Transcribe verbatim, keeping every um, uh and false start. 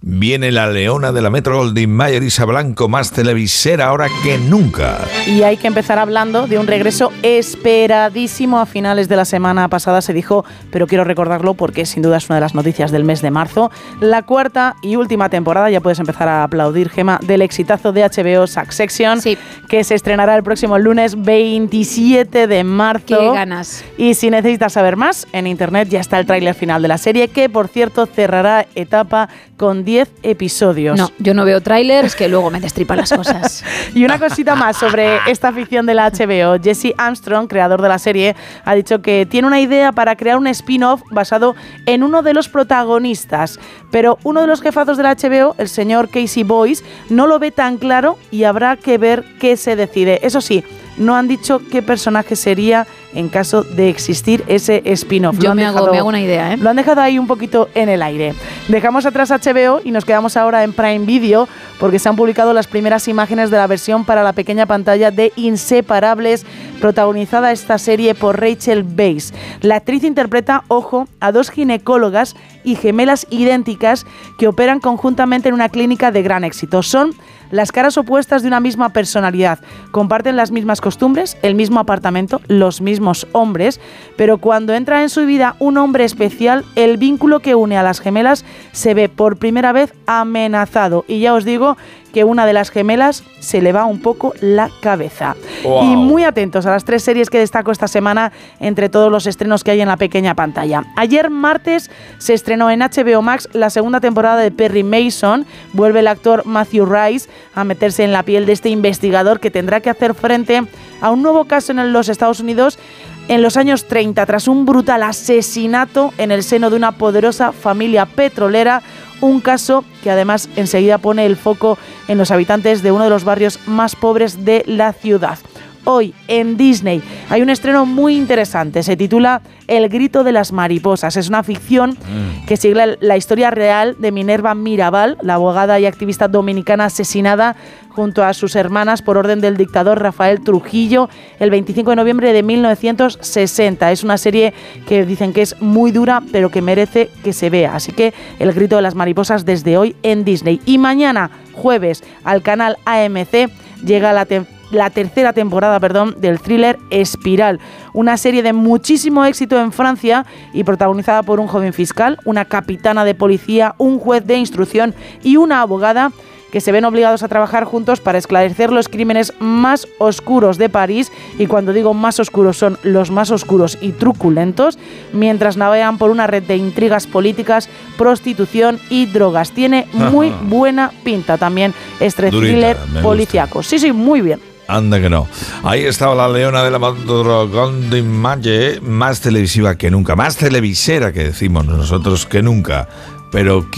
Viene la leona de la Metro Goldwyn Mayer, Isa Blanco, más televisera ahora que nunca. Y hay que empezar hablando de un regreso esperadísimo. A finales de la semana pasada se dijo, pero quiero recordarlo porque sin duda es una de las noticias del mes de marzo, la cuarta y última temporada, ya puedes empezar a aplaudir, Gema, del exitazo de H B O Succession, sí. que se estrenará el próximo lunes veintisiete de marzo. ¡Qué ganas! Y si necesitas saber más, en internet ya está el tráiler final de la serie, que por cierto cerrará etapa con diez episodios. No, yo no veo trailers, que luego me destripan las cosas. Y una cosita más sobre esta ficción de la H B O. Jesse Armstrong, creador de la serie, ha dicho que tiene una idea para crear un spin-off basado en uno de los protagonistas. Pero uno de los jefazos de la H B O, el señor Casey Boyce, no lo ve tan claro y habrá que ver qué se decide. Eso sí, no han dicho qué personaje sería en caso de existir ese spin-off. Yo me hago, dejado, me hago una idea, ¿eh? Lo han dejado ahí un poquito en el aire. Dejamos atrás H B O y nos quedamos ahora en Prime Video, porque se han publicado las primeras imágenes de la versión para la pequeña pantalla de Inseparables, protagonizada esta serie por Rachel Weisz. La actriz interpreta, ojo, a dos ginecólogas y gemelas idénticas que operan conjuntamente en una clínica de gran éxito. Son las caras opuestas de una misma personalidad. Comparten las mismas costumbres, el mismo apartamento, los mismos hombres, pero cuando entra en su vida un hombre especial, el vínculo que une a las gemelas se ve por primera vez amenazado. Y ya os digo que una de las gemelas se le va un poco la cabeza. Wow. Y muy atentos a las tres series que destaco esta semana entre todos los estrenos que hay en la pequeña pantalla. Ayer martes se estrenó en H B O Max la segunda temporada de Perry Mason. Vuelve el actor Matthew Rice a meterse en la piel de este investigador que tendrá que hacer frente a un nuevo caso en los Estados Unidos en los años treinta, tras un brutal asesinato en el seno de una poderosa familia petrolera. Un caso que además enseguida pone el foco en los habitantes de uno de los barrios más pobres de la ciudad. Hoy en Disney hay un estreno muy interesante, se titula El grito de las mariposas. Es una ficción mm. que sigue la historia real de Minerva Mirabal, la abogada y activista dominicana asesinada junto a sus hermanas por orden del dictador Rafael Trujillo el veinticinco de noviembre de mil novecientos sesenta. Es una serie que dicen que es muy dura, pero que merece que se vea. Así que El grito de las mariposas desde hoy en Disney. Y mañana, jueves, al canal A M C llega la temporada la tercera temporada, perdón, del thriller Espiral, una serie de muchísimo éxito en Francia y protagonizada por un joven fiscal, una capitana de policía, un juez de instrucción y una abogada que se ven obligados a trabajar juntos para esclarecer los crímenes más oscuros de París, y cuando digo más oscuros son los más oscuros y truculentos, mientras navegan por una red de intrigas políticas, prostitución y drogas. Tiene muy buena pinta también este thriller policíaco. Sí, sí, muy bien. Anda que no. Ahí estaba la leona de la Metro Goldwyn Mayer, más televisiva que nunca, más televisera que decimos nosotros que nunca, pero